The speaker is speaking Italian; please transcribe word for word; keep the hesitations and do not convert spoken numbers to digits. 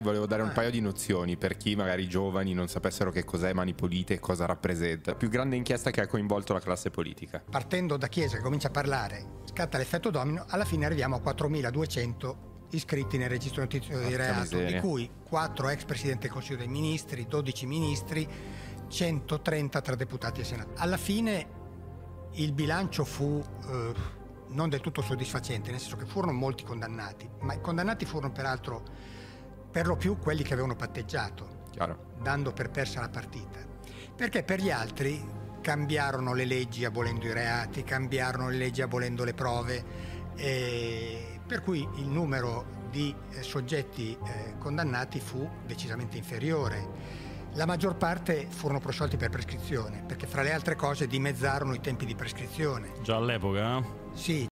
Volevo dare un paio di nozioni per chi magari giovani non sapessero che cos'è Mani Pulite e cosa rappresenta. La più grande inchiesta che ha coinvolto la classe politica. Partendo da Chiesa che comincia a parlare, scatta l'effetto domino, alla fine arriviamo a quattromiladuecento iscritti nel registro notizioso di reato, miseria. di cui quattro ex presidenti del Consiglio dei Ministri, dodici ministri, centotrenta tra deputati e senatori. Alla fine il bilancio fu eh, non del tutto soddisfacente, nel senso che furono molti condannati, ma i condannati furono peraltro per lo più quelli che avevano patteggiato, Chiaro. dando per persa la partita. Perché per gli altri cambiarono le leggi abolendo i reati, cambiarono le leggi abolendo le prove, e per cui il numero di eh, soggetti eh, condannati fu decisamente inferiore. La maggior parte furono prosciolti per prescrizione, perché fra le altre cose dimezzarono i tempi di prescrizione. Già all'epoca? Sì.